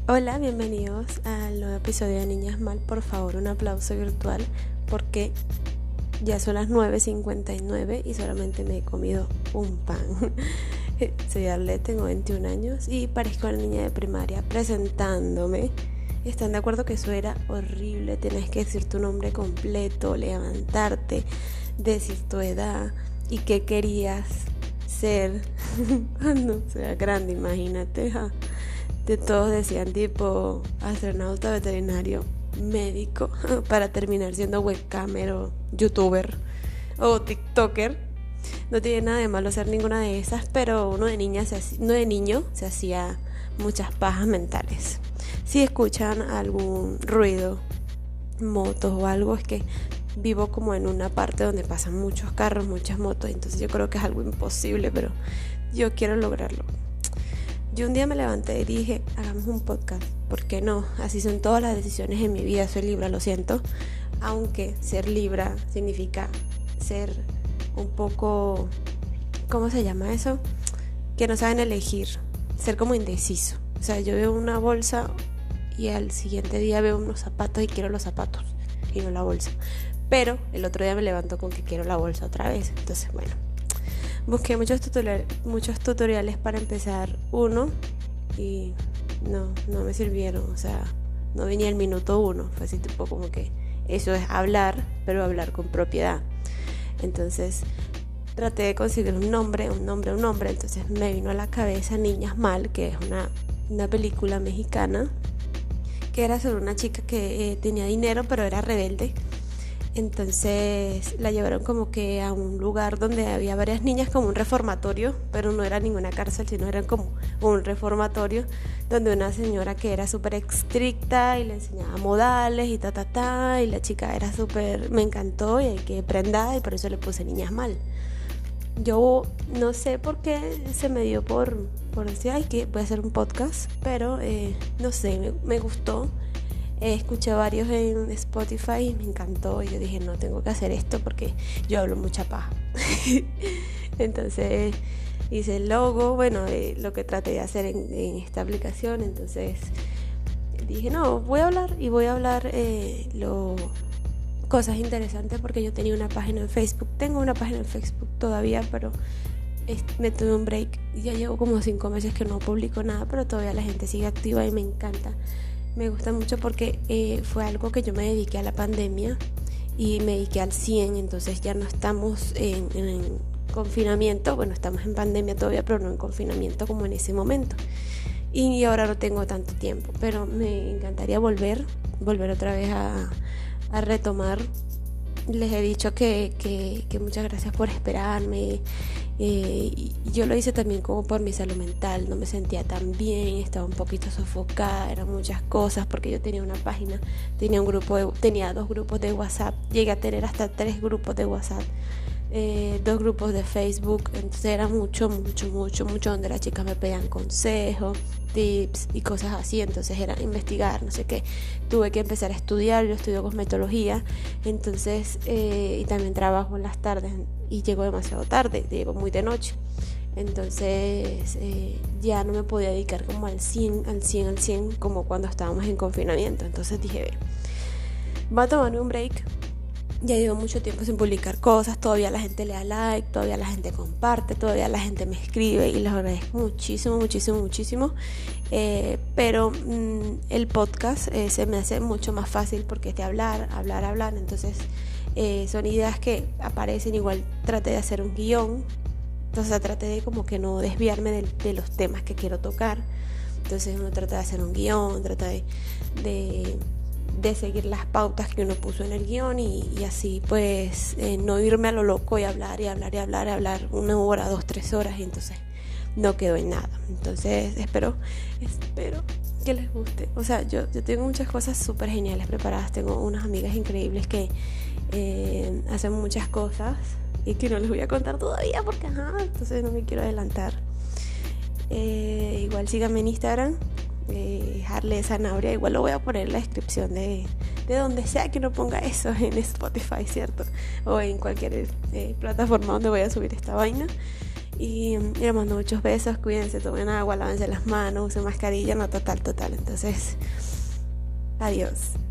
Hola, bienvenidos al nuevo episodio de Niñas Mal. Por favor, un aplauso virtual porque ya son las 9:59 y solamente me he comido un pan. Soy Arlet, tengo 21 años y parezco una niña de primaria presentándome. ¿Están de acuerdo que eso era horrible? Tenés que decir tu nombre completo, levantarte, decir tu edad y qué querías ser cuando sea grande, imagínate. De todos decían tipo astronauta, veterinario, médico, para terminar siendo webcamer o youtuber o tiktoker. No tiene nada de malo ser ninguna de esas, pero uno de niño se hacía muchas pajas mentales. Si escuchan algún ruido, motos o algo, es que vivo como en una parte donde pasan muchos carros, muchas motos, entonces yo creo que es algo imposible, pero yo quiero lograrlo. Yo un día me levanté y dije, hagamos un podcast, ¿por qué no? Así son todas las decisiones en mi vida, soy Libra, lo siento, aunque ser Libra significa ser un poco, ¿cómo se llama eso? Que no saben elegir, ser como indeciso. O sea, yo veo una bolsa y al siguiente día veo unos zapatos y quiero los zapatos y no la bolsa. Pero el otro día me levanto con que quiero la bolsa otra vez, entonces bueno. Busqué muchos tutoriales para empezar uno y no me sirvieron, o sea, no venía el minuto 1, fue así tipo como que eso es hablar, pero hablar con propiedad. Entonces traté de conseguir un nombre, entonces me vino a la cabeza Niñas Mal, que es una película mexicana que era sobre una chica que tenía dinero pero era rebelde. Entonces la llevaron como que a un lugar donde había varias niñas, como un reformatorio, pero no era ninguna cárcel, sino era como un reformatorio donde una señora que era súper estricta y le enseñaba modales y y la chica era súper, me encantó y hay que prendada y por eso le puse Niñas Mal. Yo no sé por qué se me dio por decir, ay, que voy a hacer un podcast, pero no sé, me gustó. Escuché varios en Spotify y me encantó y yo dije, no, tengo que hacer esto porque yo hablo mucha paja. Entonces hice el logo, lo que traté de hacer en esta aplicación. Entonces dije, no, voy a hablar cosas interesantes porque yo tenía una página en Facebook. Tengo una página en Facebook todavía, pero me tuve un break. Ya llevo como 5 meses que no publico nada, pero todavía la gente sigue activa y me encanta. Me gusta mucho porque fue algo que yo me dediqué a la pandemia y me dediqué al 100, entonces ya no estamos en confinamiento, bueno, estamos en pandemia todavía, pero no en confinamiento como en ese momento. Y ahora no tengo tanto tiempo, pero me encantaría volver otra vez a retomar. Les he dicho que muchas gracias por esperarme. Y yo lo hice también como por mi salud mental, no me sentía tan bien, estaba un poquito sofocada, eran muchas cosas porque yo tenía una página, tenía 2 grupos de WhatsApp, llegué a tener hasta 3 grupos de WhatsApp, 2 grupos de Facebook, entonces era mucho donde las chicas me pedían consejos, tips y cosas así, entonces era investigar, no sé qué, tuve que empezar a estudiar, yo estudio cosmetología, entonces y también trabajo en las tardes y llego demasiado tarde, llego muy de noche, entonces ya no me podía dedicar como al 100 como cuando estábamos en confinamiento, entonces dije, voy a tomarme un break. Ya llevo mucho tiempo sin publicar cosas, todavía la gente le da like, todavía la gente comparte, todavía la gente me escribe y les agradezco muchísimo. Pero el podcast se me hace mucho más fácil porque es de hablar, entonces son ideas que aparecen, igual traté de hacer un guión, entonces traté de como que no desviarme de los temas que quiero tocar, entonces uno trata de hacer un guión, trata de seguir las pautas que uno puso en el guión y así pues no irme a lo loco y hablar 1 hora, 2, 3 horas y entonces no quedó en nada. Entonces espero que les guste. O sea, yo tengo muchas cosas súper geniales preparadas, tengo unas amigas increíbles que hacen muchas cosas y que no les voy a contar todavía porque entonces no me quiero adelantar. Igual síganme en Instagram, Arlet Zanabria, igual lo voy a poner en la descripción de donde sea que no ponga eso, en Spotify, ¿cierto? O en cualquier plataforma donde voy a subir esta vaina. Y les mando muchos besos, cuídense, tomen agua, lávense las manos, usen mascarilla, no, total. Entonces, adiós.